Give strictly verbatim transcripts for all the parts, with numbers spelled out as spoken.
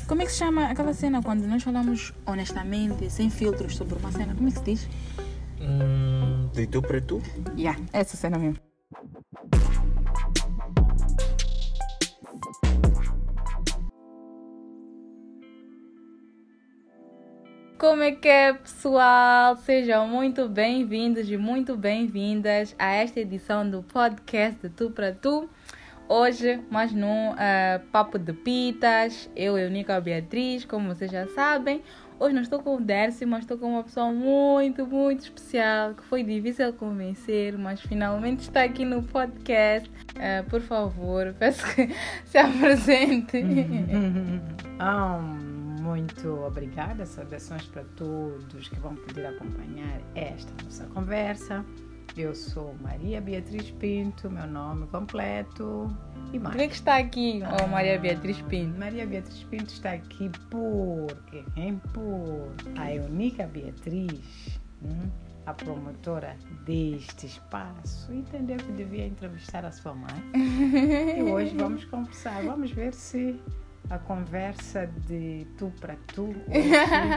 Como é que se chama aquela cena quando nós falamos honestamente, sem filtros, sobre uma cena? Como é que se diz? Hum, de tu para tu? Yeah, essa cena mesmo. Como é que é, pessoal? Sejam muito bem-vindos e muito bem-vindas a esta edição do podcast de Tu para Tu. Hoje, mais num uh, Papo de Pitas, eu e a única Beatriz, como vocês já sabem. Hoje não estou com o Dércio, mas estou com uma pessoa muito, muito especial, que foi difícil convencer, mas finalmente está aqui no podcast. Uh, por favor, peço que se apresente. um, muito obrigada, saudações para todos que vão poder acompanhar esta nossa conversa. Eu sou Maria Beatriz Pinto, meu nome completo e mais. Por que está aqui, oh, Maria Beatriz Pinto? Maria Beatriz Pinto está aqui porque, hein, por a única Beatriz, hum, a promotora deste espaço, entendeu que devia entrevistar a sua mãe. E hoje vamos conversar, vamos ver se a conversa de tu para tu hoje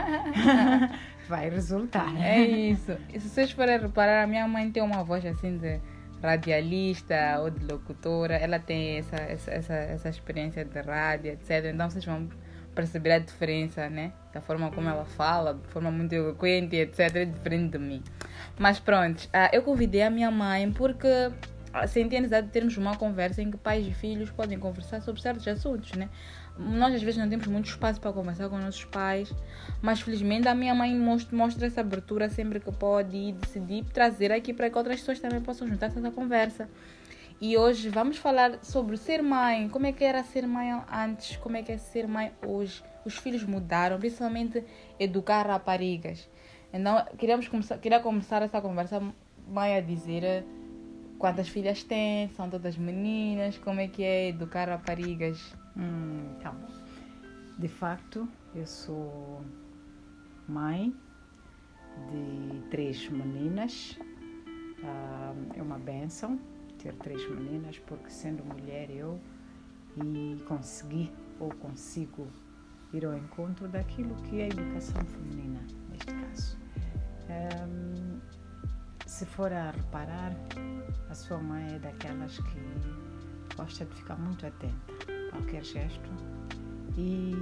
vai resultar. É isso. E se vocês forem reparar, a minha mãe tem uma voz assim de radialista ou de locutora. Ela tem essa, essa, essa, essa experiência de rádio, etcétera. Então vocês vão perceber a diferença, né? Da forma como ela fala, de forma muito eloquente, etcétera. É diferente de mim. Mas pronto, eu convidei a minha mãe porque senti a necessidade de termos uma conversa em que pais e filhos podem conversar sobre certos assuntos, né? Nós às vezes não temos muito espaço para conversar com nossos pais, mas felizmente a minha mãe mostra, mostra essa abertura sempre que pode e decidir trazer aqui para que outras pessoas também possam juntar-se a essa conversa. E hoje vamos falar sobre ser mãe, como é que era ser mãe antes, como é que é ser mãe hoje. Os filhos mudaram, principalmente educar raparigas. Então queríamos começar, queria começar essa conversa, mãe, a dizer quantas filhas tem, são todas meninas, como é que é educar raparigas. Hum, tá bom. De facto, eu sou mãe de três meninas. Ah, é uma bênção ter três meninas, porque sendo mulher eu e consegui ou consigo ir ao encontro daquilo que é a educação feminina, neste caso. Um, se for a reparar, a sua mãe é daquelas que gosta de ficar muito atenta a qualquer gesto e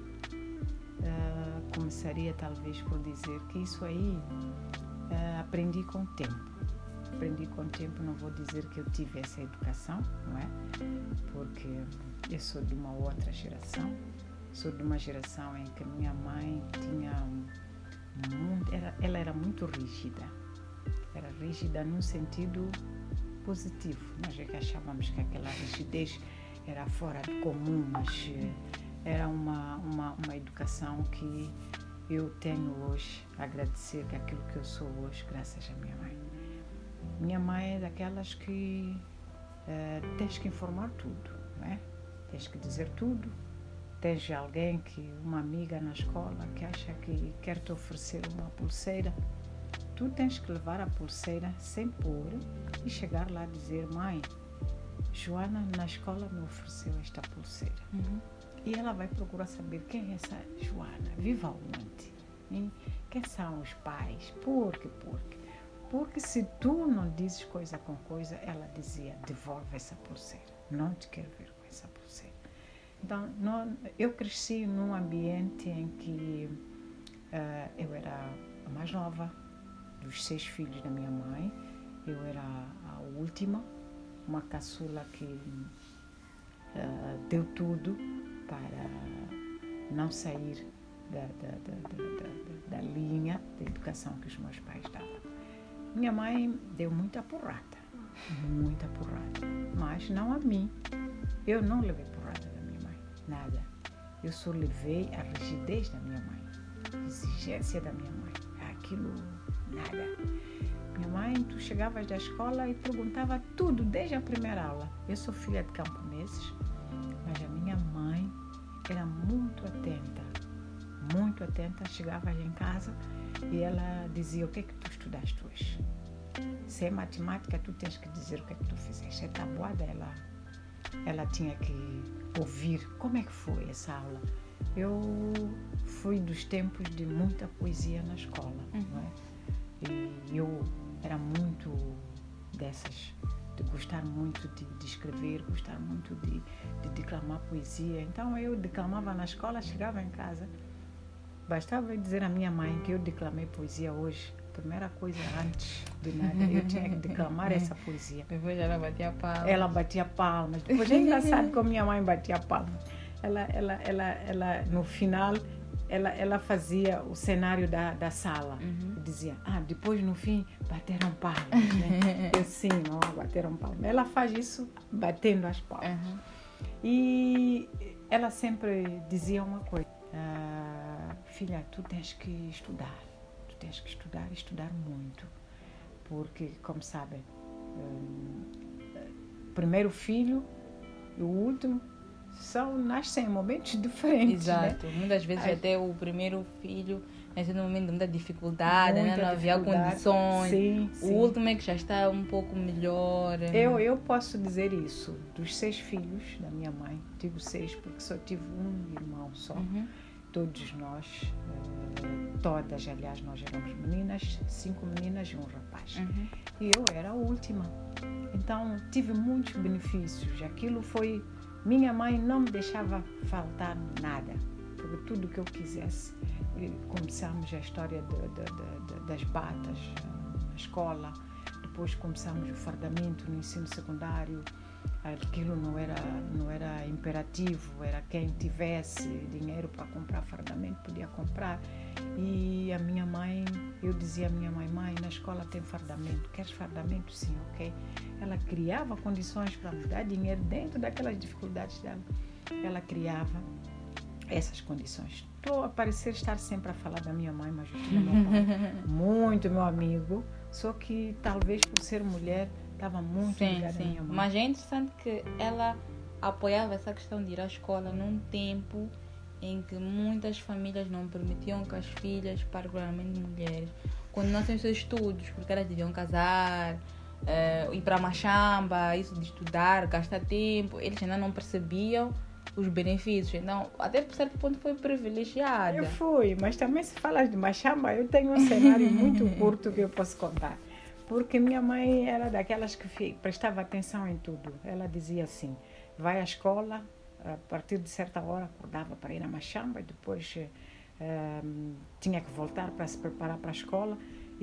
uh, começaria talvez por dizer que isso aí uh, aprendi com o tempo. Aprendi com o tempo, não vou dizer que eu tive essa educação, não é? Porque eu sou de uma outra geração, sou de uma geração em que minha mãe tinha muito, era, ela era muito rígida, era rígida num sentido positivo. Nós é que achávamos que aquela rigidez era fora de comum, mas era uma, uma, uma educação que eu tenho hoje a agradecer que aquilo que eu sou hoje, graças à minha mãe. Minha mãe é daquelas que uh, tens que informar tudo, não é? Tens que dizer tudo. Tens alguém que, uma amiga na escola, que acha que quer te oferecer uma pulseira, tu tens que levar a pulseira sem pôr e chegar lá e dizer: mãe, Joana na escola me ofereceu esta pulseira. Uhum. E ela vai procurar saber quem é essa Joana, viva onde, hein? Quem são os pais, por quê, por quê? Porque se tu não dizes coisa com coisa, ela dizia: devolve essa pulseira, não te quero ver com essa pulseira. Então, não, eu cresci num ambiente em que uh, eu era a mais nova dos seis filhos da minha mãe, eu era a última, uma caçula que uh, deu tudo para não sair da, da, da, da, da, da linha de educação que os meus pais davam. Minha mãe deu muita porrada, muita porrada, mas não a mim. Eu não levei porrada da minha mãe, nada. Eu só levei a rigidez da minha mãe, a exigência da minha mãe, aquilo, nada. Minha mãe, tu chegavas da escola e perguntava tudo, desde a primeira aula. Eu sou filha de camponeses, mas a minha mãe era muito atenta, muito atenta. Chegavas em casa e ela dizia: o que é que tu estudaste hoje? Se é matemática, tu tens que dizer o que é que tu fizeste. É tabuada, ela, ela tinha que ouvir como é que foi essa aula. eu fui dos tempos de muita poesia na escola, Uhum. não é? E eu era muito dessas, de gostar muito de, de escrever, gostar muito de, de declamar poesia. Então eu declamava na escola, chegava em casa, bastava eu dizer à minha mãe que eu declamei poesia hoje. Primeira coisa, antes de nada, eu tinha que declamar essa poesia. Depois ela batia palmas. Ela batia palmas. Depois é engraçado como minha mãe batia palmas. Ela, ela, ela, ela, no final, ela, ela fazia o cenário da, da sala. Uhum. Dizia, ah, depois no fim bateram palmas, né? Eu sim, não, bateram palmas. Ela faz isso batendo as palmas. Uhum. E ela sempre dizia uma coisa, ah, filha, tu tens que estudar. Tens que estudar, estudar muito, porque, como sabem, um, primeiro filho e o último são, nascem em momentos diferentes. Exato. Né? Muitas vezes Ai, até o primeiro filho nasceu num momento de muita dificuldade, muita né? Não havia dificuldade. condições. Sim, O sim. último é que já está um pouco melhor. Eu, eu posso dizer isso, dos seis filhos da minha mãe, digo seis porque só tive um irmão só. Uhum. Todos nós, eh, todas, aliás, nós éramos meninas, cinco meninas e um rapaz. Uhum. E eu era a última. Então, tive muitos benefícios. Aquilo foi... Minha mãe não me deixava faltar nada, porque tudo que eu quisesse. E começamos a história de, de, de, de, das batas na escola, depois começamos o fardamento no ensino secundário. Aquilo não era, não era imperativo, era quem tivesse dinheiro para comprar fardamento podia comprar. E a minha mãe, eu dizia à minha mãe, mãe, na escola tem fardamento, queres fardamento? Sim, ok. Ela criava condições para me dar dinheiro dentro daquelas dificuldades dela. Ela criava essas condições. Estou a parecer estar sempre a falar da minha mãe, mas eu tinha meu pai, muito meu amigo, só que talvez por ser mulher estava muito Sim, ligada à sim. minha mãe. Mas é interessante que ela apoiava essa questão de ir à escola num tempo em que muitas famílias não permitiam que as filhas, particularmente mulheres, continuassem os seus estudos, porque elas deviam casar, eh, ir para a machamba, isso de estudar, gastar tempo. Eles ainda não percebiam os benefícios. Então, até por certo ponto foi privilegiada. Eu fui, mas também se falas de machamba, eu tenho um cenário muito curto que eu posso contar. Porque minha mãe era daquelas que prestava atenção em tudo. Ela dizia assim, vai à escola, a partir de certa hora acordava para ir à machamba, e depois um, tinha que voltar para se preparar para a escola.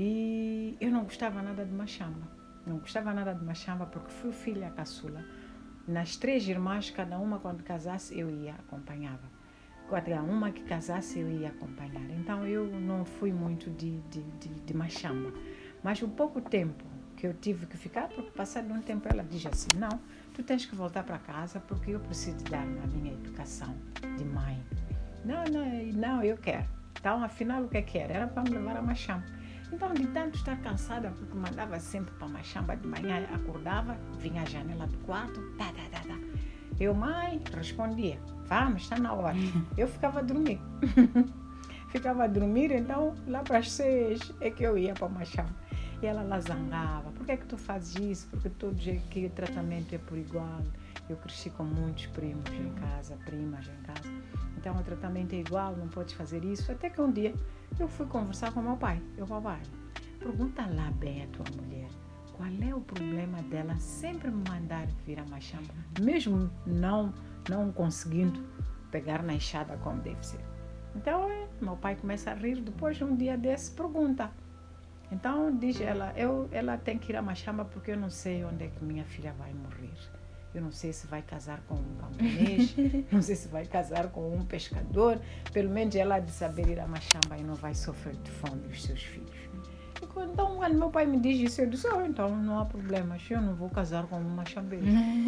E eu não gostava nada de machamba. Não gostava nada de machamba porque fui filha caçula. Nas três irmãs, cada uma quando casasse, eu ia, acompanhava. Cada uma que casasse, eu ia acompanhar. Então eu não fui muito de, de, de, de machamba. Mas o pouco tempo que eu tive que ficar, porque passado um tempo ela diz assim, não, tu tens que voltar para casa porque eu preciso dar a minha educação de mãe. Não, não, não, eu quero. Então, afinal, o que é que era? Era para me levar a machamba. Então, de tanto estar cansada, porque mandava sempre para a machamba de manhã, acordava, vinha à janela do quarto, tá, tá, tá, tá. Eu, mãe, respondia, vamos, está na hora. Eu ficava a dormir. Ficava a dormir, então, lá para as seis é que eu ia para a machamba. E ela lá zangava, por que é que tu fazes isso? Porque todos aqui o tratamento é por igual. Eu cresci com muitos primos em casa, primas em casa. Então o tratamento é igual, não podes fazer isso. Até que um dia eu fui conversar com meu pai. Eu, papai, pergunta lá bem a tua mulher, qual é o problema dela sempre me mandar vir a machamba, mesmo não, não conseguindo pegar na enxada como deve ser. Então meu pai começa a rir, depois um dia desse pergunta. Então diz ela, eu, ela tem que ir a machamba porque eu não sei onde é que minha filha vai morrer. Eu não sei se vai casar com um camponês, não sei se vai casar com um pescador. Pelo menos ela há de saber ir a machamba e não vai sofrer de fome os seus filhos. E então, quando meu pai me diz isso, eu disse, oh, então não há problema, eu não vou casar com um machambeiro.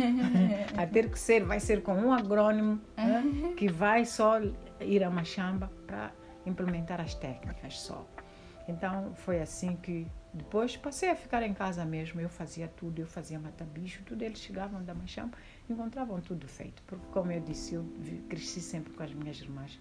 A ter que ser, vai ser com um agrônomo, né, que vai só ir a machamba para implementar as técnicas só. Então, foi assim que depois passei a ficar em casa mesmo. Eu fazia tudo, eu fazia mata-bicho, tudo. Eles chegavam da machamba, encontravam tudo feito. Porque, como eu disse, eu cresci sempre com as minhas irmãs.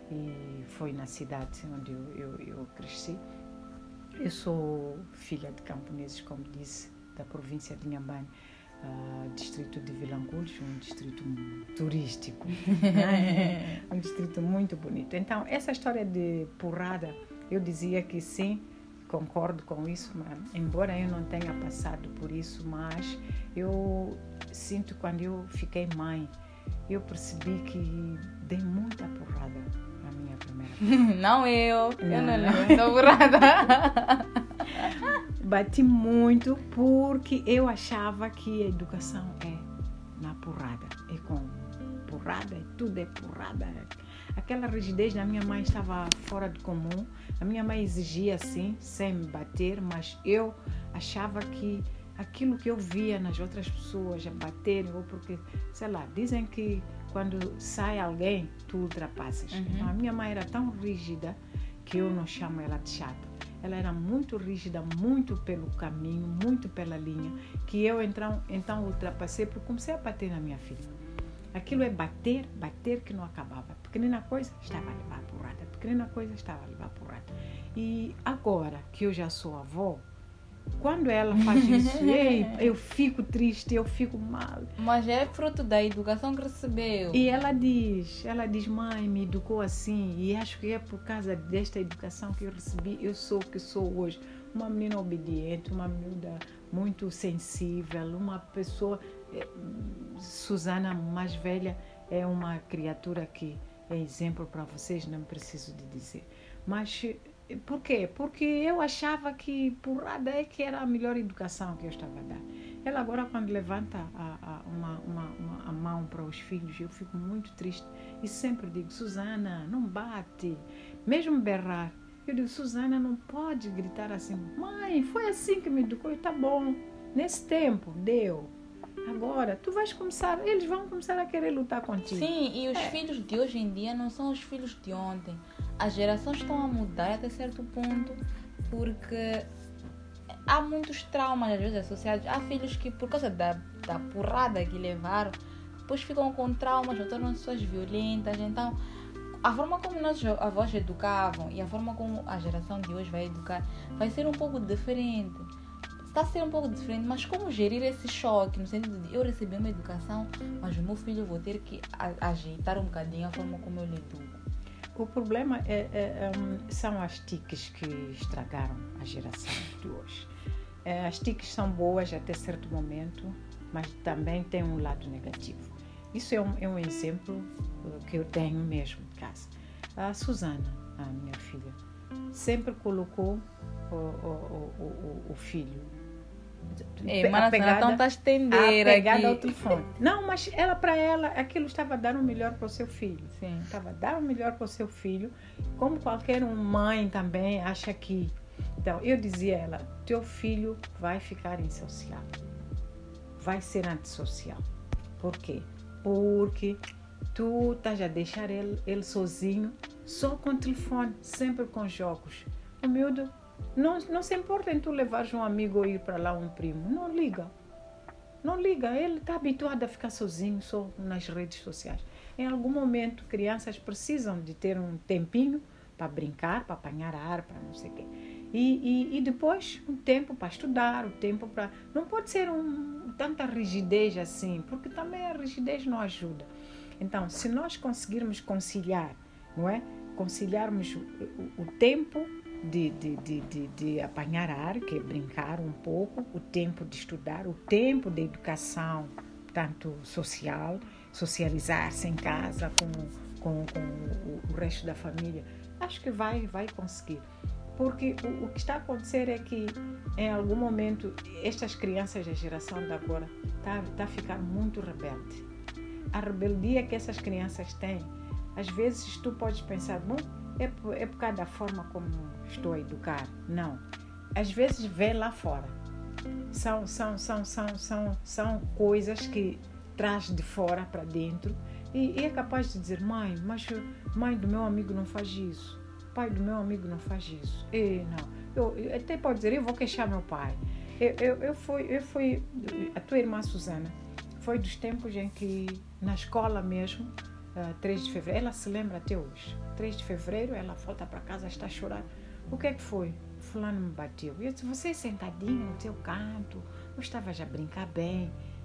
E foi na cidade onde eu, eu, eu cresci. Eu sou filha de camponeses, como disse, da província de Inhambane. uh, distrito de Vilanculos, um distrito turístico, né? Um distrito muito bonito. Então, essa história de porrada, eu dizia que sim, concordo com isso, mas, embora eu não tenha passado por isso, mas eu sinto quando eu fiquei mãe, eu percebi que dei muita porrada na minha primeira. Não eu, não. eu não lembro da porrada. Bati muito porque eu achava que a educação é na porrada, é com porrada, tudo é porrada. Aquela rigidez da minha mãe estava fora do comum. A minha mãe exigia assim, sem me bater, mas eu achava que aquilo que eu via nas outras pessoas a baterem, ou porque, sei lá, dizem que quando sai alguém, tu ultrapassas. Uhum. Então, a minha mãe era tão rígida que eu não chamo ela de chata. Ela era muito rígida, muito pelo caminho, muito pela linha, que eu então, então ultrapassei porque comecei a bater na minha filha. Aquilo é bater, bater que não acabava. Pequenina coisa, estava a levar a porrada. Pequenina coisa, estava a levar a porrada. E agora que eu já sou avó, quando ela faz isso, ei, eu fico triste, eu fico mal. Mas é fruto da educação que recebeu. E ela diz, ela diz, mãe, me educou assim, e acho que é por causa desta educação que eu recebi, eu sou o que sou hoje. Uma menina obediente, uma menina muito sensível, uma pessoa... Susana, mais velha, é uma criatura que é exemplo para vocês, não preciso de dizer. Mas por quê? Porque eu achava que porrada é que era a melhor educação que eu estava a dar. Ela agora, quando levanta a, a, uma, uma, uma, a mão para os filhos, eu fico muito triste e sempre digo, Susana, não bate, mesmo berrar. Eu digo, Susana, não pode gritar assim, mãe, foi assim que me educou, tá bom, nesse tempo, deu. Agora, tu vais começar, eles vão começar a querer lutar contigo. Sim, e os é. filhos de hoje em dia não são os filhos de ontem. As gerações estão a mudar até certo ponto, porque há muitos traumas, às vezes, associados. Há filhos que, por causa da, da porrada que levaram, depois ficam com traumas, ou tornam-se pessoas violentas. Então, a forma como nossos avós educavam e a forma como a geração de hoje vai educar vai ser um pouco diferente. Está a ser um pouco diferente, mas como gerir esse choque, no sentido de eu receber uma educação, mas o meu filho vou ter que ajeitar um bocadinho a forma como eu lhe educo. O problema é, é, um, são as tiques que estragaram a geração de hoje. É, as tiques são boas até certo momento, mas também tem um lado negativo. Isso é um, é um exemplo que eu tenho mesmo em casa. A Susana, a minha filha, sempre colocou o, o, o, o, o filho. É, mas a pegada, então tá estendeira a pegada aqui. ao telefone. Não, mas ela, para ela, aquilo estava a dar o melhor para o seu filho. Sim. Estava a dar o melhor para o seu filho, como qualquer mãe também acha que... Então, eu dizia a ela, teu filho vai ficar insocial, vai ser antissocial. Por quê? Porque tu estás a deixar ele, ele sozinho, só com o telefone, sempre com jogos. O miúdo Não, não se importa em tu levares um amigo ou ir para lá um primo. Não liga. Não liga. Ele está habituado a ficar sozinho só nas redes sociais. Em algum momento, crianças precisam de ter um tempinho para brincar, para apanhar ar, para não sei o quê. E, e, e depois, um tempo para estudar, um tempo para... Não pode ser um, tanta rigidez assim, porque também a rigidez não ajuda. Então, se nós conseguirmos conciliar, não é? Conciliarmos o, o, o tempo... De, de, de, de, de apanhar ar, que é brincar um pouco, o tempo de estudar, o tempo de educação, tanto social, socializar-se em casa com, com, com o, o resto da família, acho que vai, vai conseguir. Porque o, o que está a acontecer é que, em algum momento, estas crianças da geração de agora está tá a ficar muito rebelde. A rebeldia que essas crianças têm, às vezes tu podes pensar, bom, É por, é por causa da forma como estou a educar. Não. Às vezes vê lá fora. São, são, são, são, são, são coisas que traz de fora para dentro e, e é capaz de dizer, mãe, mas mãe do meu amigo não faz isso. Pai do meu amigo não faz isso. E, não. Eu, eu até pode dizer, eu vou queixar meu pai. Eu, eu, eu, fui, eu fui, a tua irmã Susana, foi dos tempos em que na escola mesmo, Uh, três de fevereiro, ela se lembra até hoje. três de fevereiro, ela volta para casa, está a chorar. O que é que foi? Fulano me bateu. Eu disse, você sentadinho no teu canto, eu estava já a brincar bem.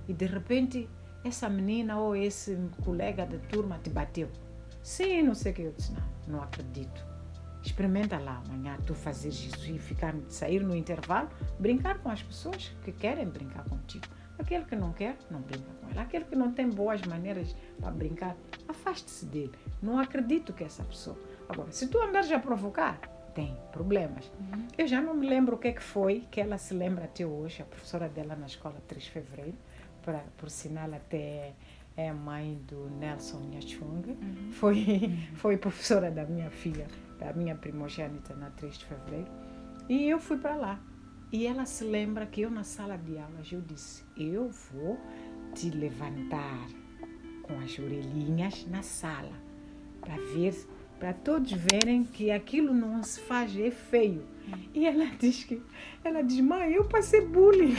e de repente essa menina ou esse colega da turma te bateu. Sim, não sei o que. Eu disse, não, não acredito. Experimenta lá amanhã tu fazer isso e ficar, sair no intervalo, brincar com as pessoas que querem brincar contigo. Aquele que não quer, não brinca com ele. Aquele que não tem boas maneiras para brincar, afaste-se dele. Não acredito que essa pessoa... Agora, se tu andares a provocar, tem problemas. Uhum. Eu já não me lembro o que, é que foi, que ela se lembra até hoje, a professora dela na escola três de fevereiro, pra, por sinal até é mãe do Nelson Nhachung, uhum. foi, foi professora da minha filha, da minha primogênita na três de fevereiro, e eu fui para lá. E ela se lembra que eu na sala de aulas, eu disse, eu vou te levantar com as orelhinhas na sala, para ver, para todos verem que aquilo não se faz, é feio. E ela diz que, ela diz, mãe, eu passei bullying.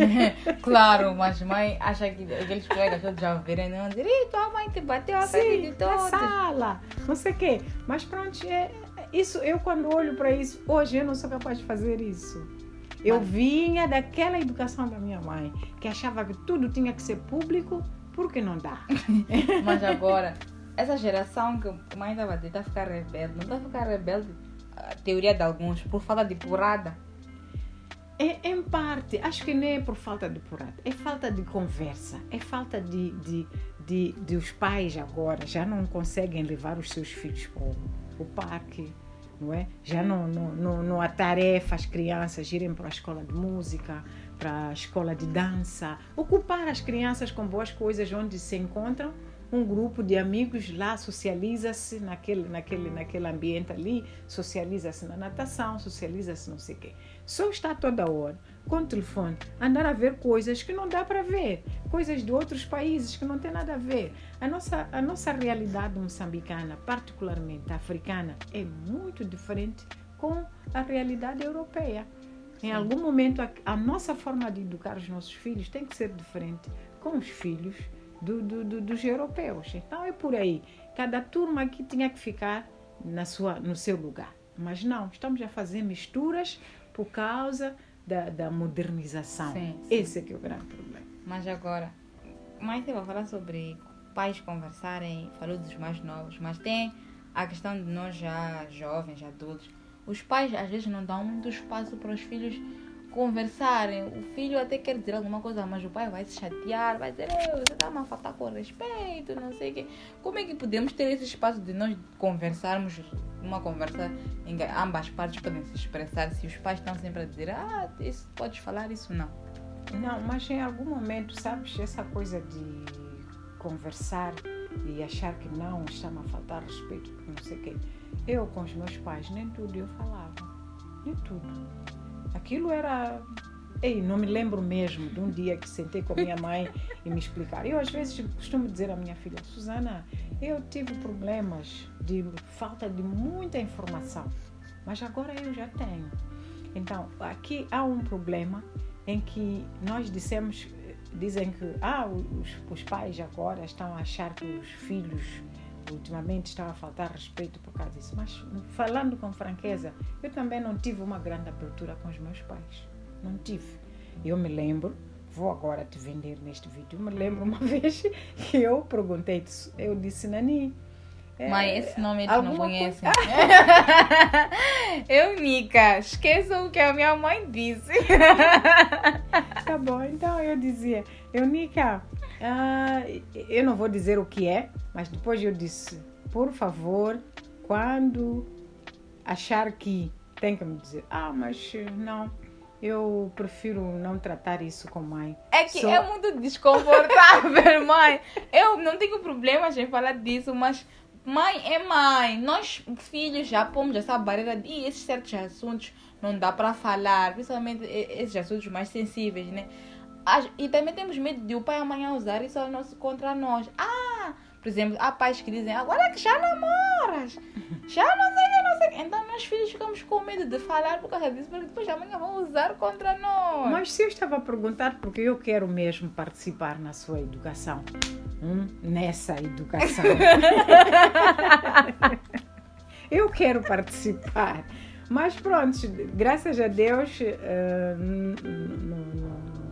Claro, mas mãe acha que aqueles colegas todos já verem, não dizer, e tua mãe te bateu a frente de todos. Na sala, não sei o quê. Mas pronto, é, isso, eu quando olho para isso, hoje eu não sou capaz de fazer isso. Eu vinha daquela educação da minha mãe, que achava que tudo tinha que ser público, porque não dá. Mas agora, essa geração que a mãe estava a dizer, está a ficar rebelde, não está a ficar rebelde, a teoria de alguns, por falta de porrada? É, em parte, acho que nem é por falta de porrada, é falta de conversa, é falta de, de, de, de os pais agora já não conseguem levar os seus filhos para o, o parque. Não é? Já não, não, não, não há tarefa as crianças irem para a escola de música, para a escola de dança, ocupar as crianças com boas coisas onde se encontram um grupo de amigos lá, socializa-se naquele, naquele, naquele ambiente ali, socializa-se na natação, socializa-se não sei o quê. Só está toda hora com o telefone, andar a ver coisas que não dá para ver, coisas de outros países que não tem nada a ver. A nossa, a nossa realidade moçambicana, particularmente africana, é muito diferente com a realidade europeia. Em algum momento, a, a nossa forma de educar os nossos filhos tem que ser diferente com os filhos do, do, do, dos europeus. Então é por aí. Cada turma aqui tinha que ficar na sua, no seu lugar. Mas não, estamos a fazer misturas por causa da, da modernização. Sim, sim. Esse é que é o grande problema. Mas agora, mãe teve a falar sobre pais conversarem, falou dos mais novos, mas tem a questão de nós já jovens, adultos. Os pais às vezes não dão muito espaço para os filhos conversarem. O filho até quer dizer alguma coisa, mas o pai vai se chatear, vai dizer, você está-me a faltar com respeito, não sei o quê. Como é que podemos ter esse espaço de nós conversarmos, uma conversa em que ambas partes podem se expressar, se os pais estão sempre a dizer, ah, isso podes falar, isso não. Não, mas em algum momento, sabes, essa coisa de conversar e achar que não, está-me a faltar respeito, não sei o quê. Eu com os meus pais, nem tudo eu falava, nem tudo. Aquilo era... Ei, não me lembro mesmo de um dia que sentei com a minha mãe e me explicar. Eu às vezes costumo dizer à minha filha, Susana, eu tive problemas de falta de muita informação, mas agora eu já tenho. Então, aqui há um problema em que nós dissemos, dizem que ah, os, os pais agora estão a achar que os filhos ultimamente estão a faltar respeito por causa disso. Mas falando com franqueza, eu também não tive uma grande abertura com os meus pais. Não tive. Eu me lembro, vou agora te vender neste vídeo, me lembro uma vez que eu perguntei, eu disse, Nani... É, mãe, esse nome eles não conhecem. Eu, Nica, esqueçam o que a minha mãe disse. Tá bom, então eu dizia, eu, Nica, uh, eu não vou dizer o que é, mas depois eu disse, por favor, quando achar que tem que me dizer, ah, mas não, eu prefiro não tratar isso com mãe. É que Só... é muito desconfortável, mãe. Eu não tenho problemas em falar disso, mas mãe é mãe. Nós, filhos, já pomos essa barreira de esses certos assuntos não dá para falar, principalmente esses assuntos mais sensíveis, né? E também temos medo de o pai amanhã usar isso contra nós. Ah, por exemplo, há pais que dizem, agora que já namoras, já não sei o que, não sei o que. Então, meus filhos ficamos com medo de falar por causa disso, porque depois amanhã vão usar contra nós. Mas se eu estava a perguntar, porque eu quero mesmo participar na sua educação, hum, nessa educação. Eu quero participar. Mas pronto, graças a Deus, uh,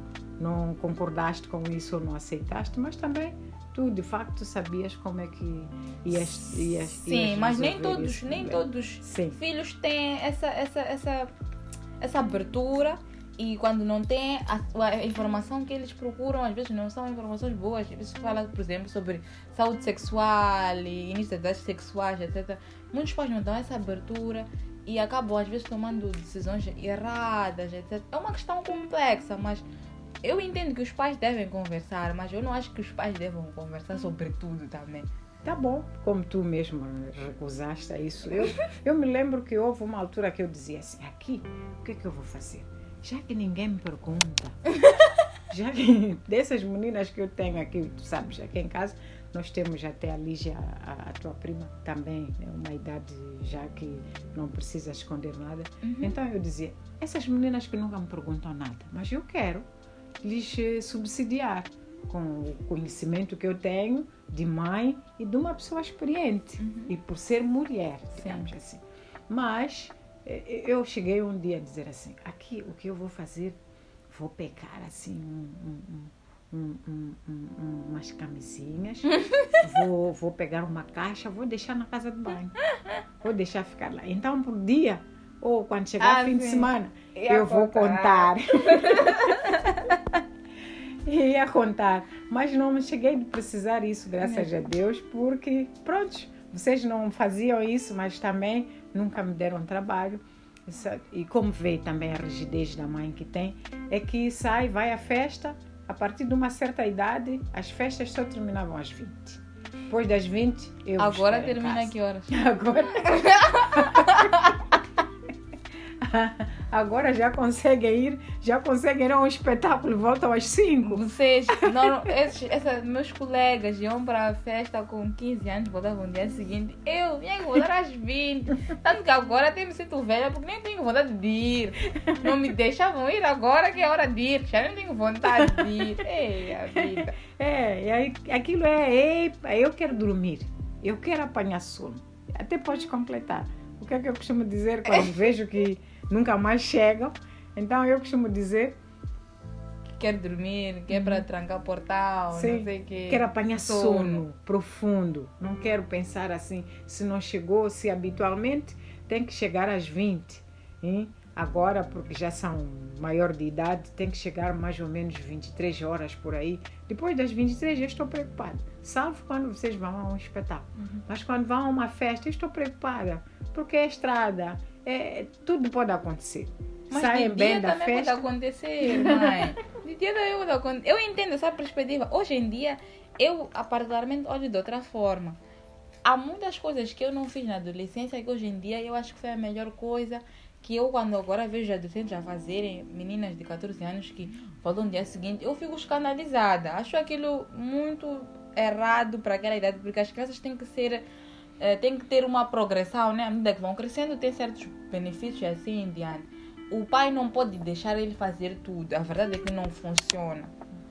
não concordaste com isso ou não aceitaste, mas também tu de facto sabias como é que ias, ias Sim, ias mas nem resolver todos, esse nem problema. todos Sim. filhos têm essa, essa, essa, essa abertura, e quando não têm a, a informação que eles procuram, às vezes não são informações boas. Às vezes fala, por exemplo, sobre saúde sexual e iniciativas sexuais, etcétera. Muitos pais não dão essa abertura e acabam às vezes tomando decisões erradas, etcétera. É uma questão complexa, mas eu entendo que os pais devem conversar, mas eu não acho que os pais devam conversar sobre tudo também. Tá bom, como tu mesmo recusaste a isso. Eu, eu me lembro que houve uma altura que eu dizia assim, aqui, o que é que eu vou fazer? Já que ninguém me pergunta, já que dessas meninas que eu tenho aqui, tu sabes, aqui em casa, nós temos até a Lígia, a, a tua prima, também, é uma idade já que não precisa esconder nada. Uhum. Então eu dizia, essas meninas que nunca me perguntam nada, mas eu quero lhes eh, subsidiar com o conhecimento que eu tenho de mãe e de uma pessoa experiente, Uhum. e por ser mulher, Sim. digamos assim. Mas eh, eu cheguei um dia a dizer assim, aqui o que eu vou fazer, vou pegar assim um, um, um, um, um, um, umas camisinhas, vou, vou pegar uma caixa, vou deixar na casa de banho, vou deixar ficar lá. Então por dia, ou quando chegar Ah, fim de sim. semana, Ia eu vou contar. contar. Ia contar, mas não cheguei a precisar isso, graças a Deus, porque, pronto, vocês não faziam isso, mas também nunca me deram trabalho. E como veio também a rigidez da mãe que tem, é que sai, vai à festa, a partir de uma certa idade, as festas só terminavam às vinte. Depois das vinte, eu Agora vou estar em termina casa. que horas? Agora... Agora já conseguem ir, já conseguem ir a um espetáculo, voltam às cinco. Vocês, não, esses, essa, meus colegas iam para a festa com quinze anos, voltavam no dia seguinte. Eu vinha que voltar às vinte. Tanto que agora até me sinto velha porque nem tenho vontade de ir. Não me deixavam ir agora que é hora de ir. Já nem tenho vontade de ir. Ei, a vida. É, e aí, aquilo é, epa, eu quero dormir, eu quero apanhar sono. Até pode completar. O que é que eu costumo dizer quando vejo que nunca mais chegam? Então eu costumo dizer, Quer dormir, quer para trancar o portal, sim, não sei o quê. quero apanhar sono. Sono. profundo. Não quero pensar assim, se não chegou, se habitualmente tem que chegar às vinte. Hein? Agora, porque já são maior de idade, tem que chegar mais ou menos vinte e três horas por aí. Depois das vinte e três eu estou preocupada. Salvo quando vocês vão a um espetáculo. Uhum. Mas quando vão a uma festa, eu estou preocupada. Porque é estrada, é, tudo pode acontecer. Mas Saem de bem dia da também festa. pode acontecer, mãe. De dia também pode acontecer. Eu entendo essa perspectiva. Hoje em dia, eu particularmente olho de outra forma. Há muitas coisas que eu não fiz na adolescência que hoje em dia eu acho que foi a melhor coisa que eu, quando agora vejo adolescentes a fazerem, meninas de catorze anos que voltam no dia seguinte, eu fico escandalizada. Acho aquilo muito errado para aquela idade, porque as crianças têm que ser, eh, têm que ter uma progressão, né? À medida que vão crescendo, tem certos benefícios e assim em diante. O pai não pode deixar ele fazer tudo. A verdade é que não funciona.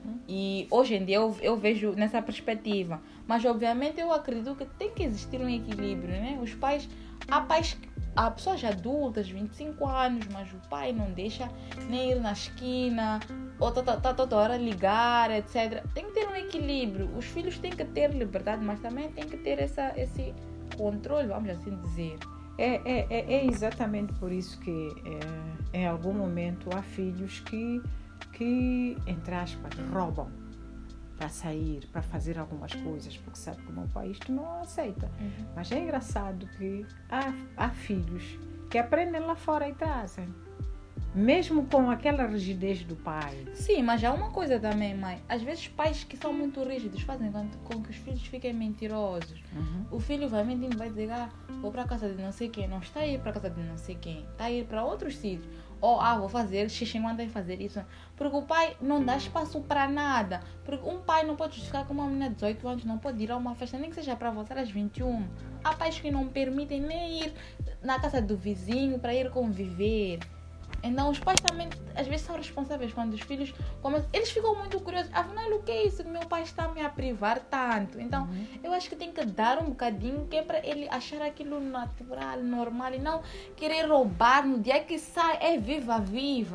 E hoje em dia eu, eu vejo nessa perspectiva. Mas obviamente eu acredito que tem que existir um equilíbrio, né? Os pais, há pais, há pessoas adultas, vinte e cinco anos, mas o pai não deixa nem ir na esquina, ou tá, tá, tá toda hora a ligar, etcétera. Tem que ter um equilíbrio. Os filhos têm que ter liberdade, mas também tem que ter essa, esse controle, vamos assim dizer. É, é, é, é exatamente por isso que é, em algum momento há filhos que, que entre aspas, roubam para sair, para fazer algumas coisas, porque sabe que o meu pai isto não aceita. Uhum. Mas é engraçado que há, há filhos que aprendem lá fora e trazem. Mesmo com aquela rigidez do pai. Sim, mas há uma coisa também, mãe. Às vezes pais que são muito rígidos fazem com que os filhos fiquem mentirosos. Uhum. O filho vai mentindo, vai dizer, ah, vou para casa de não sei quem. Não está a ir para casa de não sei quem. Está a ir para outros sítios. Ou, ah, vou fazer xixi quando tem que fazer isso. Porque o pai não dá espaço para nada. Porque um pai não pode justificar que uma menina de dezoito anos não pode ir a uma festa, nem que seja para voltar às vinte e uma. Há pais que não permitem nem ir na casa do vizinho para ir conviver. Então os pais também às vezes são responsáveis quando os filhos começam, eles ficam muito curiosos, afinal o que é isso que meu pai está me a privar tanto? Então Uhum. eu acho que tem que dar um bocadinho que é para ele achar aquilo natural, normal e não querer roubar no dia que sai, é viva viva.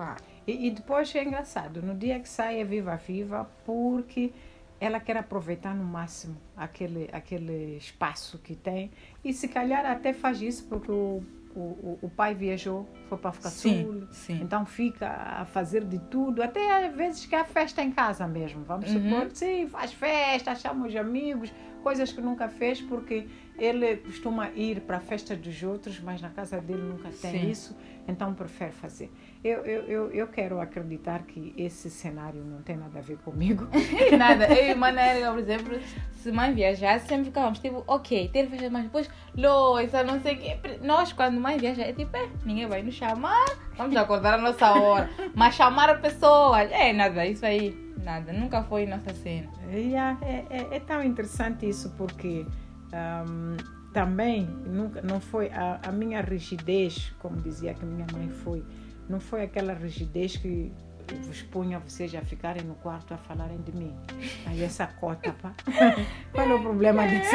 E, e depois é engraçado, no dia que sai é viva viva, porque ela quer aproveitar no máximo aquele, aquele espaço que tem e se calhar até faz isso porque o, o, o pai viajou, foi para ficar sul, sim. Então fica a fazer de tudo, até às vezes que há festa em casa mesmo, vamos Uhum. supor, sim, faz festa, chama os amigos, coisas que nunca fez porque ele costuma ir para a festa dos outros, mas na casa dele nunca tem Sim. isso, então prefere fazer. Eu, eu, eu, eu quero acreditar que esse cenário não tem nada a ver comigo. Nada, eu e Manéria, por exemplo, se mãe viajasse, sempre ficávamos tipo, ok, ter festa, mas depois, louça, não sei o quê. Nós, quando mãe viaja, é tipo, é, ninguém vai nos chamar, vamos acordar a nossa hora. Mas chamar a pessoa, é nada, isso aí, nada, nunca foi nossa cena. Yeah, é, é, é tão interessante isso porque um, também nunca, não foi a, a minha rigidez, como dizia que minha mãe foi, não foi aquela rigidez que vos punha vocês a ficarem no quarto a falarem de mim. Aí essa cota, pá. Qual é o problema disso?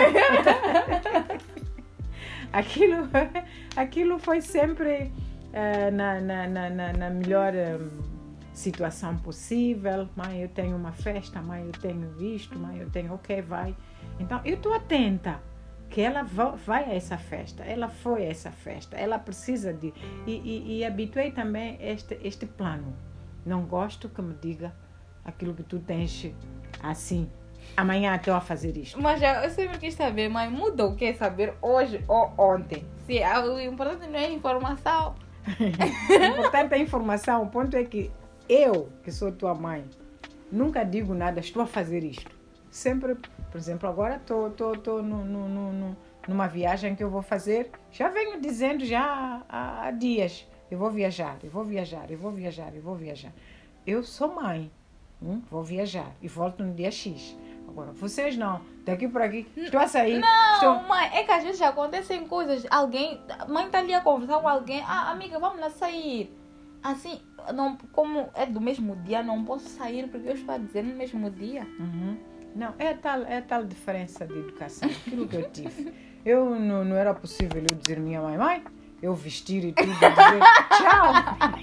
aquilo, aquilo foi sempre uh, na, na, na, na melhor um, situação possível. Mãe, eu tenho uma festa, mãe, eu tenho isto, mãe, eu tenho, ok, vai. Então, eu estou atenta que ela vai a essa festa, ela foi a essa festa, ela precisa de... E, e, e habituei também este, este plano. Não gosto que me diga aquilo que tu tens assim, amanhã estou a fazer isto. Mas eu sempre quis saber, mãe, muda o que é saber hoje ou ontem? Se o importante não é informação. O importante é a informação. O ponto é que eu, que sou tua mãe, nunca digo nada, estou a fazer isto. Sempre, por exemplo, agora estou tô, tô, tô no, no, no, numa viagem que eu vou fazer. Já venho dizendo já há, há dias. Eu vou viajar, eu vou viajar, eu vou viajar, eu vou viajar. Eu sou mãe, hum? Vou viajar e volto no dia X. Agora, vocês não. Daqui por aqui, estou a sair. Não, estou... mãe, é que às vezes acontecem coisas. Alguém, mãe está ali a conversar com alguém. Ah, amiga, vamos lá sair. Assim, não, como é do mesmo dia, não posso sair porque eu estou a dizer no mesmo dia. Uhum. Não, é tal, é tal diferença de educação, aquilo que eu tive. Eu não, não era possível eu dizer minha mãe, mãe, eu vestir e tudo, dizer tchau.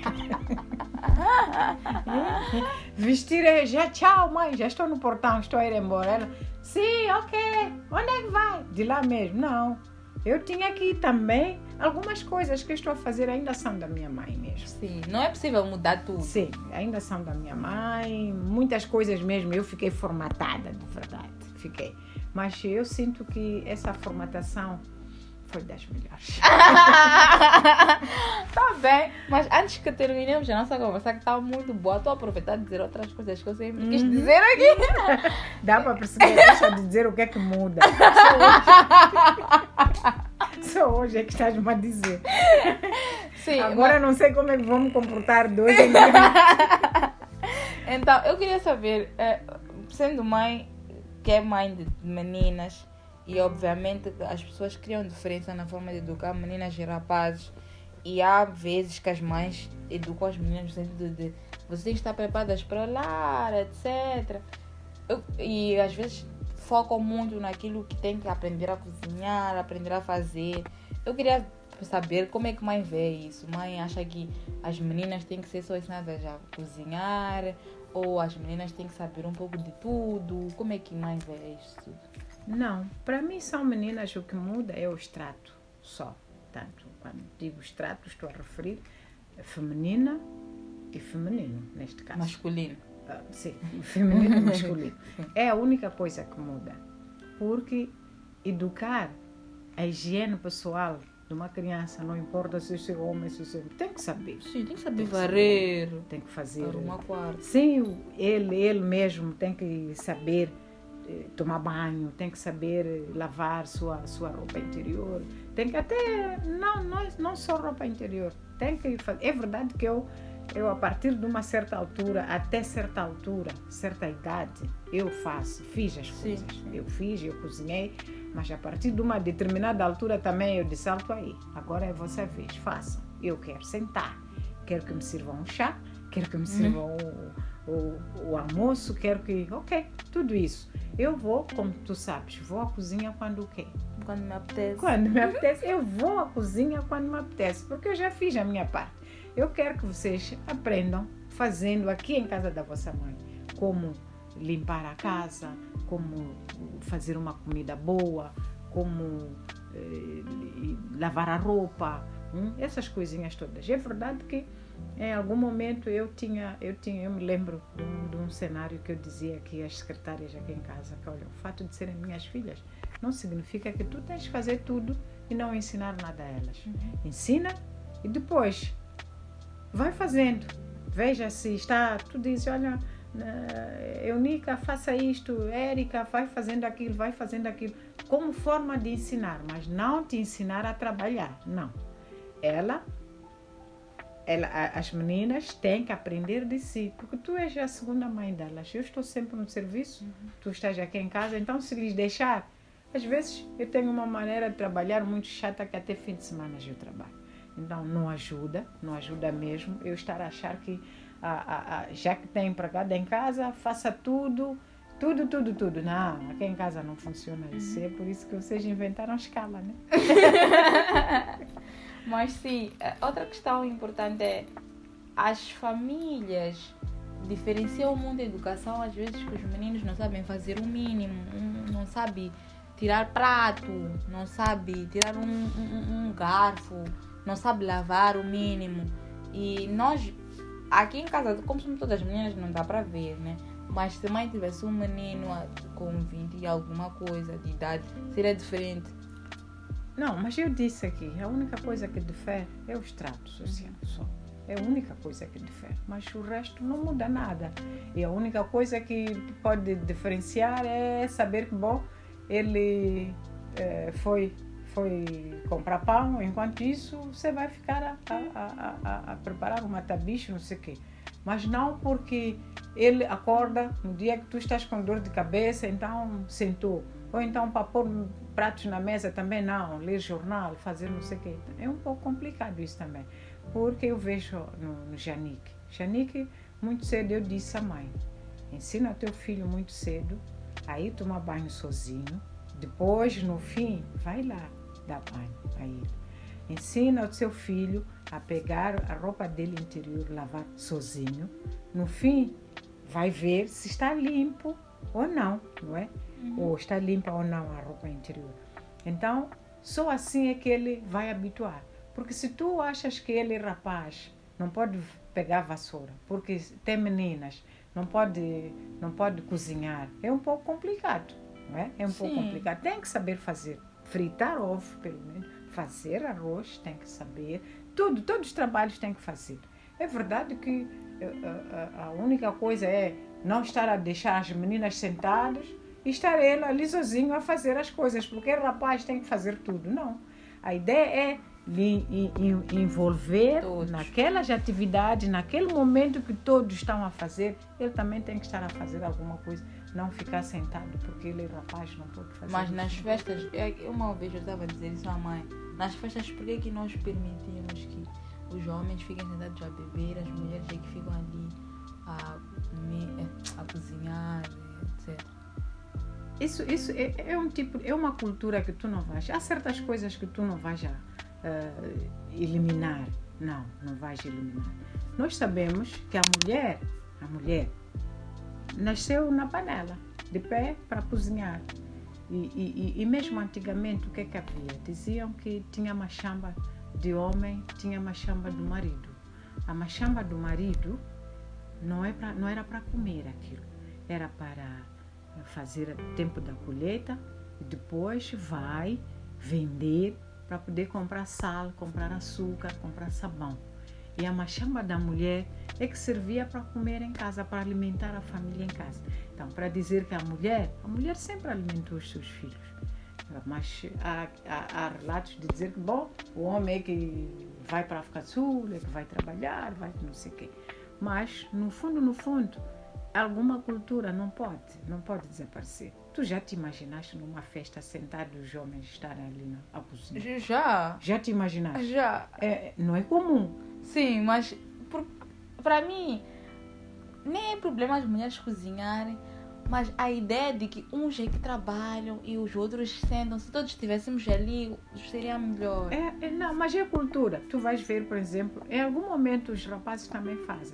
Vestir é já tchau, mãe, já estou no portão, estou a ir embora. Ela, sim, ok, onde é que vai? De lá mesmo. Não, eu tinha que ir também. Algumas coisas que eu estou a fazer ainda são da minha mãe mesmo. Sim, não é possível mudar tudo. Sim, ainda são da minha mãe. Muitas coisas mesmo, eu fiquei formatada, de verdade, fiquei. Mas eu sinto que essa formatação foi das melhores. Tá bem, mas antes que terminemos a nossa conversa, que está muito boa, estou a aproveitar de dizer outras coisas que eu sempre quis Uhum. dizer aqui. Dá para perceber, deixa de dizer o que é que muda. Só hoje, Só hoje é que estás-me a dizer. Sim, Agora mas... não sei como é que vou me comportar de hoje em dia. Então, eu queria saber, eh, sendo mãe, que é mãe de meninas, e obviamente as pessoas criam diferença na forma de educar meninas e rapazes, e há vezes que as mães educam as meninas no sentido de vocês têm que estar preparadas para o lar, etcétera. Eu, e às vezes focam muito naquilo que tem que aprender a cozinhar, aprender a fazer. Eu queria saber como é que mãe vê isso. Mãe acha que as meninas têm que ser só ensinadas a cozinhar, ou as meninas têm que saber um pouco de tudo? Como é que mãe vê isso tudo? Não, para mim são meninas, o que muda é o extrato só. Tanto, quando digo extrato, estou a referir a feminina e feminino, neste caso. Masculino. Ah, sim, feminino e masculino. É a única coisa que muda. Porque educar a higiene pessoal de uma criança, não importa se é homem, se é... tem que saber. Sim, tem que saber Tem que varrer, Tem que fazer. arrumar quarto. Sim, ele, ele mesmo tem que saber eh, tomar banho, tem que saber eh, lavar sua, sua roupa interior, tem que até, não, não, não só roupa interior, tem que fazer. É verdade que eu, eu, a partir de uma certa altura, até certa altura, certa idade, eu faço, fiz as coisas. Sim, sim. Eu fiz, eu cozinhei, mas a partir de uma determinada altura também eu disse, salto aí, agora é vossa vez, façam. Eu quero sentar, quero que me sirvam um chá, quero que me sirvam o, o, o almoço, quero que... Ok, tudo isso. Eu vou, como tu sabes, vou à cozinha quando quer. Quando me apetece. Quando me apetece, eu vou à cozinha quando me apetece, porque eu já fiz a minha parte. Eu quero que vocês aprendam fazendo aqui em casa da vossa mãe, como limpar a casa, como fazer uma comida boa, como eh, lavar a roupa, hum? essas coisinhas todas. É verdade que em algum momento eu tinha, eu tinha, eu me lembro de um, de um cenário que eu dizia aqui às secretárias aqui em casa, que olha, o fato de serem minhas filhas não significa que tu tens de fazer tudo e não ensinar nada a elas. Uhum. Ensina e depois vai fazendo. Veja se está, tu dizes, olha, Eunica, faça isto, Érica, vai fazendo aquilo, vai fazendo aquilo, como forma de ensinar, mas não te ensinar a trabalhar, não. Ela, ela, as meninas têm que aprender de si, porque tu és a segunda mãe delas. Eu estou sempre no serviço, uhum. tu estás aqui em casa, então se lhes deixar, às vezes eu tenho uma maneira de trabalhar muito chata que até fim de semana eu trabalho. Então não ajuda, não ajuda mesmo eu estar a achar que a, a, a, já que tem empregada em casa, faça tudo, tudo, tudo, tudo. Não, aqui em casa não funciona isso. É por isso que vocês inventaram a escala, né? Mas sim, outra questão importante é as famílias diferenciam muito a educação, às vezes que os meninos não sabem fazer o mínimo, não sabem tirar prato, não sabem tirar um, um, um garfo, não sabem lavar o mínimo. E nós, aqui em casa, como somos todas meninas, não dá para ver, né? Mas se a mãe tivesse um menino com vinte e alguma coisa de idade, seria diferente. Não, mas eu disse aqui, a única coisa que difere é o extrato social só. É a única coisa que difere, mas o resto não muda nada. E a única coisa que pode diferenciar é saber que, bom, ele é, foi, foi comprar pão, enquanto isso você vai ficar a, a, a, a preparar um matabicho, não sei o quê. Mas não porque ele acorda no dia que tu estás com dor de cabeça, então sentou. Ou então para pôr pratos na mesa também não, ler jornal, fazer não sei o quê. É um pouco complicado isso também. Porque eu vejo no, no Janique. Janique, muito cedo eu disse à mãe, ensina o teu filho muito cedo a ir tomar banho sozinho. Depois, no fim, vai lá dar banho a ele. Ensina o seu filho a pegar a roupa dele interior, lavar sozinho. No fim, vai ver se está limpo ou não, não é? Uhum. Ou está limpa ou não a roupa interior. Então, só assim é que ele vai habituar. Porque se tu achas que ele é rapaz, não pode pegar vassoura, porque tem meninas, não pode, não pode cozinhar, é um pouco complicado, não é? É um Sim. pouco complicado. Tem que saber fazer, fritar ovo, pelo menos, fazer arroz, tem que saber, tudo, todos os trabalhos tem que fazer. É verdade que a, a, a única coisa é não estar a deixar as meninas sentadas e estar ele ali sozinho a fazer as coisas, porque o rapaz tem que fazer tudo. Não. A ideia é lhe envolver todos. Naquelas atividades, naquele momento que todos estão a fazer, ele também tem que estar a fazer alguma coisa, não ficar sentado, porque ele é rapaz, não pode fazer. Mas isso. Nas festas, uma vez eu estava a dizer isso à mãe, nas festas, por que que nós permitimos que os homens fiquem sentados a beber, as mulheres é que ficam ali a, a cozinhar, etcétera. Isso, isso é, é um tipo, é uma cultura que tu não vais, há certas coisas que tu não vais a, uh, eliminar, não, não vais eliminar. Nós sabemos que a mulher, a mulher nasceu na panela, de pé para cozinhar. E, e, e mesmo antigamente o que é que havia? Diziam que tinha machamba de homem, tinha machamba do marido. A machamba do marido não, é pra, não era para comer aquilo, era para fazer o tempo da colheita e depois vai vender para poder comprar sal, comprar açúcar, comprar sabão. E a machamba da mulher é que servia para comer em casa, para alimentar a família em casa. Então, para dizer que a mulher, a mulher sempre alimentou os seus filhos. Mas há, há, há relatos de dizer que, bom, o homem é que vai para a África do Sul, é que vai trabalhar, vai não sei o quê. Mas, no fundo, no fundo, alguma cultura não pode, não pode desaparecer. Tu já te imaginaste numa festa sentado os homens estarem ali na a cozinha? Já. Já te imaginaste? Já. É, não é comum. Sim, mas para mim nem é problema as mulheres cozinharem, mas a ideia de que uns é que trabalham e os outros sentam, se todos estivéssemos ali, seria melhor. É, é, não, mas é cultura. Tu vais ver, por exemplo, em algum momento os rapazes também fazem.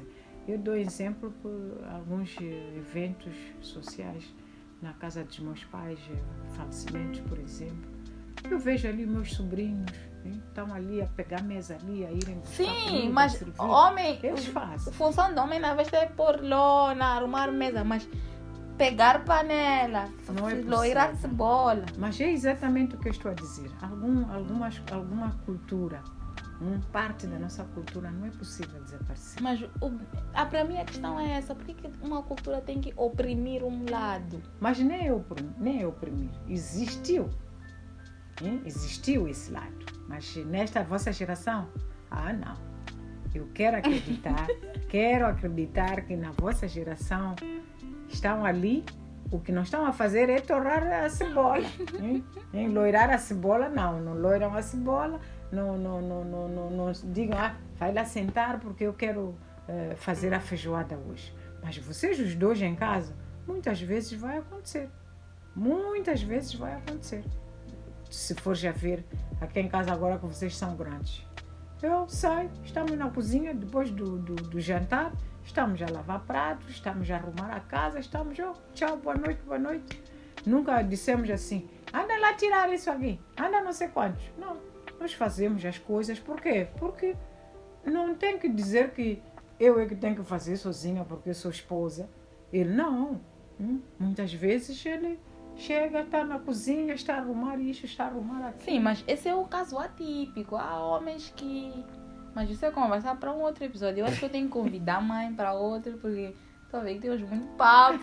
Eu dou exemplo por alguns eventos sociais, na casa dos meus pais, falecimentos, por exemplo. Eu vejo ali meus sobrinhos, hein? Estão ali a pegar mesa ali, a irem buscar Sim, comida, mas servir. homem, Eles a fazem. função do homem na vez é pôr lona, arrumar mesa, mas pegar panela, Não é loirar possível. cebola. Mas é exatamente o que eu estou a dizer. Algum, algumas, alguma cultura, hum, parte da nossa cultura não é possível desaparecer. Mas o, a, para mim a questão é essa, por que que uma cultura tem que oprimir um lado? Mas nem é oprimir, nem é oprimir. Existiu. Hein? Existiu esse lado. Mas nesta vossa geração, ah não. Eu quero acreditar, quero acreditar que na vossa geração estão ali, o que não estão a fazer é torrar a cebola. Hein? Hein? Loirar a cebola, não. Não loiram a cebola, não, não, não, não, não, não digam, ah, vai lá sentar porque eu quero uh, fazer a feijoada hoje. Mas vocês os dois em casa, muitas vezes vai acontecer. Muitas vezes vai acontecer. Se for já ver aqui em casa agora que vocês são grandes. Eu saio, estamos na cozinha depois do, do, do jantar, estamos a lavar pratos, estamos a arrumar a casa, estamos, oh, tchau, boa noite, boa noite. Nunca dissemos assim, anda lá tirar isso aqui, anda não sei quantos. Não, nós fazemos as coisas, por quê? Porque não tem que dizer que eu é que tenho que fazer sozinha porque eu sou esposa. Ele não. Hum? Muitas vezes ele chega, está na cozinha, está a arrumar isso, está a arrumar aquilo. Sim, mas esse é o caso atípico. Há homens que... Mas isso é conversar para um outro episódio. Eu acho que eu tenho que convidar a mãe para outro, porque estou vendo que temos muito papo.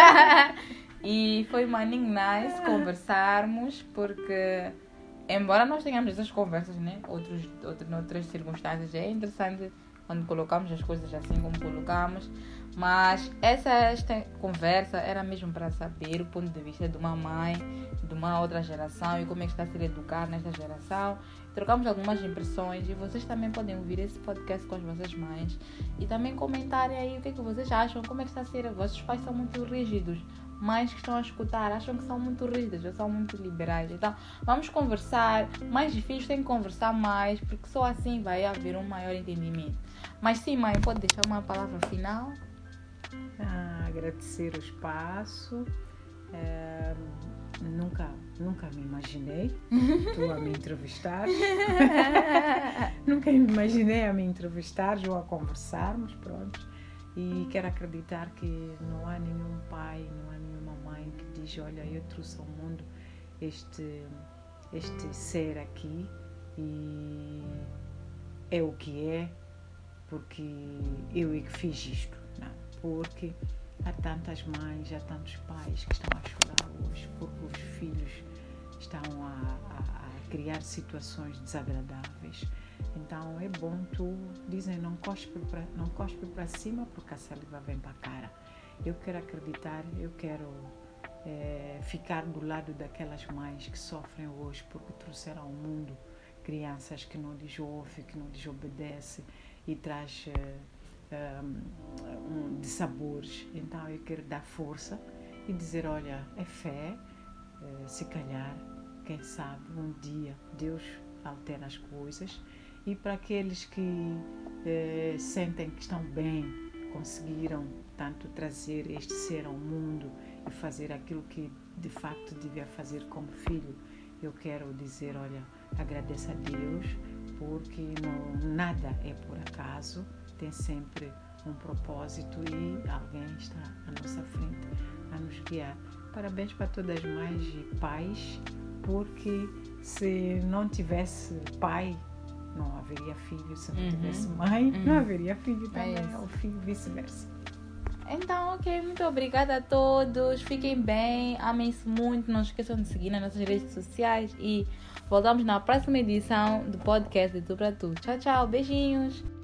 E foi maninho nice conversarmos, porque embora nós tenhamos essas conversas, né, outros, outro, outras circunstâncias, é interessante quando colocamos as coisas assim como colocamos. Mas essa esta conversa era mesmo para saber o ponto de vista de uma mãe, de uma outra geração e como é que está a ser educado nesta geração. Trocamos algumas impressões e vocês também podem ouvir esse podcast com as vossas mães e também comentarem aí o que é que vocês acham, como é que está a ser. Vossos pais são muito rígidos, mães que estão a escutar acham que são muito rígidas ou são muito liberais. Então vamos conversar, mães de filhos têm que conversar mais, porque só assim vai haver um maior entendimento. Mas sim, mãe, pode deixar uma palavra final? Ah, agradecer o espaço. É, nunca, nunca me imaginei tu a me entrevistar. Nunca me imaginei a me entrevistar ou a conversarmos, pronto. E quero acreditar que não há nenhum pai, não há nenhuma mãe que diz, olha, eu trouxe ao mundo este, este ser aqui e é o que é, porque eu é que fiz isto. Não, porque há tantas mães, há tantos pais que estão a chorar hoje porque os filhos estão a, a, a criar situações desagradáveis. Então é bom tu, dizem, não cospe para não cospe para cima porque a saliva vem para a cara. Eu quero acreditar, eu quero é, ficar do lado daquelas mães que sofrem hoje porque trouxeram ao mundo crianças que não lhes ouvem, que não lhes obedecem e traz é, um, de sabores. Então eu quero dar força e dizer, olha, é fé, é, se calhar, quem sabe, um dia Deus altera as coisas. E para aqueles que eh, sentem que estão bem, conseguiram tanto trazer este ser ao mundo e fazer aquilo que de facto devia fazer como filho, eu quero dizer, olha, agradeça a Deus, porque não, nada é por acaso, tem sempre um propósito e alguém está à nossa frente a nos guiar. Parabéns para todas as mães e pais, porque se não tivesse pai, não haveria filho, se não uhum. tivesse mãe, uhum. não haveria filho também, é ou filho vice-versa. Então, ok, muito obrigada a todos, fiquem bem, amem-se muito, não esqueçam de seguir nas nossas redes sociais e voltamos na próxima edição do podcast de Tu Pra Tu. Tchau, tchau, beijinhos!